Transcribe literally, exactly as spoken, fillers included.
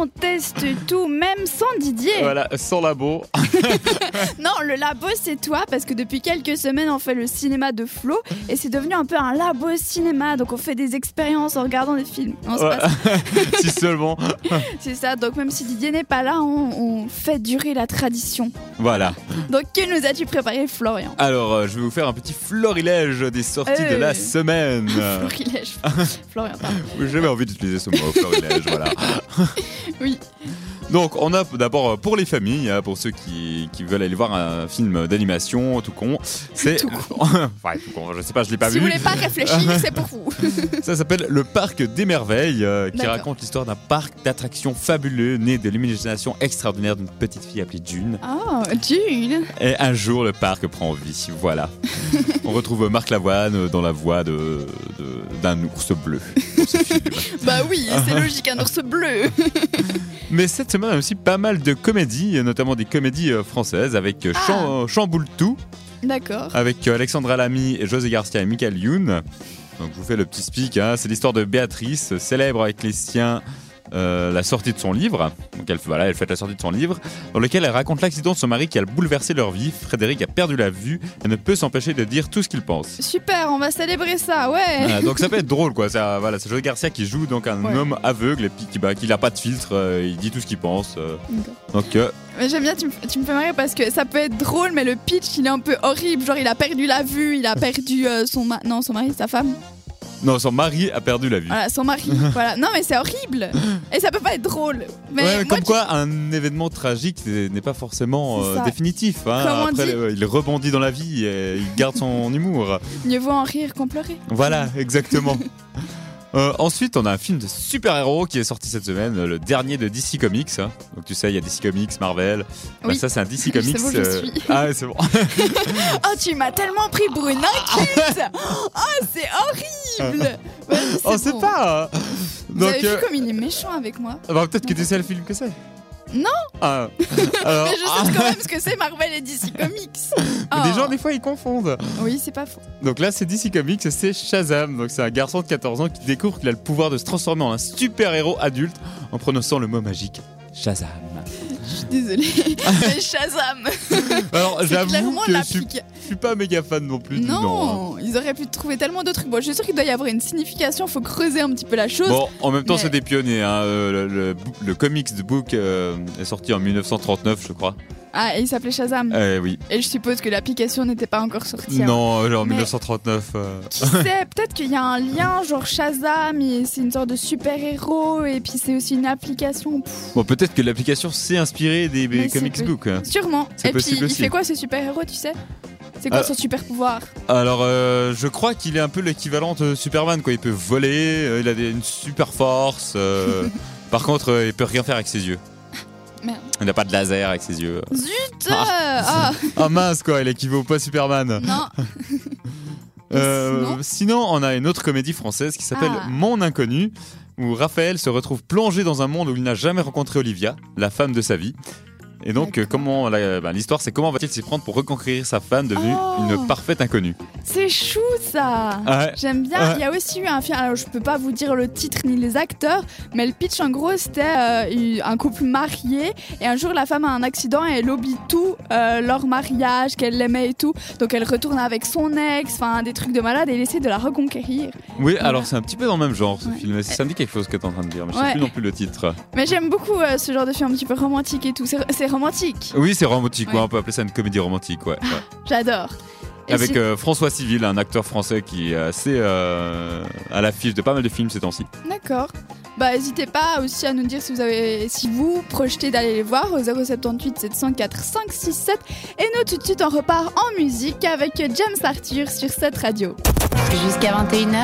on teste tout, même sans Didier. Voilà, sans labo. Non, le labo c'est toi, parce que depuis quelques semaines on fait le cinéma de Flo et c'est devenu un peu un labo cinéma, donc on fait des expériences en regardant des films. Non, c'est Ouais. pas ça. Si seulement. C'est ça, donc même si Didier n'est pas là, on, on fait durer la tradition. Voilà. Donc que nous as-tu préparé, Florian? Alors, euh, je vais vous faire un petit florilège des sorties Euh. de la semaine. Florilège. Florian, pardon. J'avais envie d'utiliser ce mot, florilège, voilà. Oui. Donc, on a d'abord pour les familles, hein, pour ceux qui, qui veulent aller voir un film d'animation tout con. C'est Tout enfin, tout con, je sais pas, je l'ai pas Si vu. vous voulez pas réfléchir, c'est pour vous. Ça s'appelle Le Parc des Merveilles, euh, qui D'accord. raconte l'histoire d'un parc d'attractions fabuleux né de l'imagination extraordinaire d'une petite fille appelée June. Oh, Jules. Et un jour, le parc prend vie. Voilà. On retrouve Marc Lavoine dans la voix de, de- d'un ours bleu dans ce film. Bah oui, c'est logique, un ours bleu. Mais cette semaine, on a aussi pas mal de comédies, notamment des comédies euh, françaises avec euh, Ah. Cham- Chamboule tout, D'accord. avec euh, Alexandra Lamy et José Garcia et Michael Youn. Donc je vous fais le petit speak, hein. C'est l'histoire de Béatrice, célèbre avec les siens euh, la sortie de son livre. Donc elle, voilà, elle fête la sortie de son livre, dans lequel elle raconte l'accident de son mari qui a bouleversé leur vie. Frédéric a perdu la vue et ne peut s'empêcher de dire tout ce qu'il pense. Super, on va célébrer ça, ouais. Voilà, donc ça peut être drôle quoi. Ça, voilà, c'est José Garcia qui joue donc un Ouais. homme aveugle et puis qui bah, qui n'a pas de filtre, euh, il dit tout ce qu'il pense. euh. D'accord. donc euh, Mais j'aime bien, tu me, tu me fais marrer parce que ça peut être drôle, mais le pitch il est un peu horrible. Genre, il a perdu la vue, il a perdu euh, son mari. Non, son mari, sa femme. non, son mari a perdu la vue. Voilà, son mari. Voilà. Non, mais c'est horrible. Et ça peut pas être drôle. Mais Ouais, mais moi, comme tu- quoi, un événement tragique n'est n'est pas forcément C'est euh, ça. définitif. hein. Comme on Après, dit. euh, il rebondit dans la vie et il garde son humour. mieux vaut en rire qu'en pleurer. Voilà, exactement. Euh, ensuite, on a un film de super-héros qui est sorti cette semaine, le dernier de D C Comics. hein. Donc tu sais, il y a D C Comics, Marvel. Bah, Oui. ça, c'est un D C C'est Comics. bon, je suis. Ah, ouais, c'est bon. Oh, tu m'as tellement pris pour une inculte. Oh, c'est horrible. Vas-y, c'est oh, c'est bon. pas. hein. Vous Donc, avez vu euh, comme il est méchant avec moi. bah, peut-être que tu sais le film que c'est. Non. Ah. Alors, Mais je sais quand même ce que c'est Marvel et D C Comics. ah, des Oh. gens, des fois, ils confondent. Oui, c'est pas faux. Donc là, c'est D C Comics, c'est Shazam. Donc c'est un garçon de quatorze ans qui découvre qu'il a le pouvoir de se transformer en un super-héros adulte en prononçant le mot magique Shazam. Je suis désolée. Mais Shazam. Alors C'est j'avoue clairement que la je suis, pique. je suis pas méga fan non plus du nom. hein. Non, ils auraient pu trouver tellement de trucs. Bon, je suis sûre qu'il doit y avoir une signification. Faut creuser un petit peu la chose. Bon, en même temps, Mais- c'est des pionniers. hein. Euh, Le, le- le comics de book euh, est sorti en mille neuf cent trente-neuf, je crois. Ah, et il s'appelait Shazam. Eh oui. Et je suppose que l'application n'était pas encore sortie. hein. Non, genre en Mais- mille neuf cent trente-neuf. euh. Qui sait, peut-être qu'il y a un lien, genre Shazam, et c'est une sorte de super-héros, et puis c'est aussi une application. Pff, Bon, peut-être que l'application s'est inspirée des, des Mais c'est comics peu- book. hein. sûrement. C'est Et puis, possible il aussi. fait quoi ce super-héros, tu sais? C'est quoi Euh, son super-pouvoir? Alors, euh, je crois qu'il est un peu l'équivalent de Superman, quoi. Il peut voler, euh, il a des- une super force. euh, Par contre, euh, il peut rien faire avec ses yeux. Merde. Il n'a pas de laser avec ses yeux. Zut! Ah, Ah mince, quoi, il équivaut pas à Superman. non. Euh, sinon sinon, on a une autre comédie française qui s'appelle Ah. Mon Inconnu, où Raphaël se retrouve plongé dans un monde où il n'a jamais rencontré Olivia, la femme de sa vie. Et donc, euh, D'accord. comment la- ben, l'histoire, c'est comment va-t-il s'y prendre pour reconquérir sa femme devenue Oh. une parfaite inconnue. C'est chou ça! Ouais. J'aime bien. Ouais. Il y a aussi eu un film. Alors, je peux pas vous dire le titre ni les acteurs, mais le pitch en gros c'était euh, un couple marié et un jour la femme a un accident et elle oublie tout euh, leur mariage, qu'elle l'aimait et tout. Donc elle retourne avec son ex, enfin des trucs de malade et elle essaie de la reconquérir. Oui, Voilà. alors c'est un petit peu dans le même genre ce Ouais. film. Ça me dit quelque chose que tu es en train de dire, mais je sais Ouais. plus non plus le titre. Mais j'aime beaucoup euh, ce genre de film un petit peu romantique et tout. C'est c'est romantique. Oui, c'est romantique, Ouais. ouais, on peut appeler ça une comédie romantique, ouais. ouais. J'adore. Et Avec si- euh, François Civil, un acteur français qui est assez euh, à l'affiche de pas mal de films ces temps-ci. D'accord. Bah n'hésitez pas aussi à nous dire si vous avez, si vous projetez d'aller les voir au zéro sept huit sept zéro quatre cinq six sept. Et nous tout de suite on repart en musique avec James Arthur sur cette radio. Jusqu'à vingt et une heures.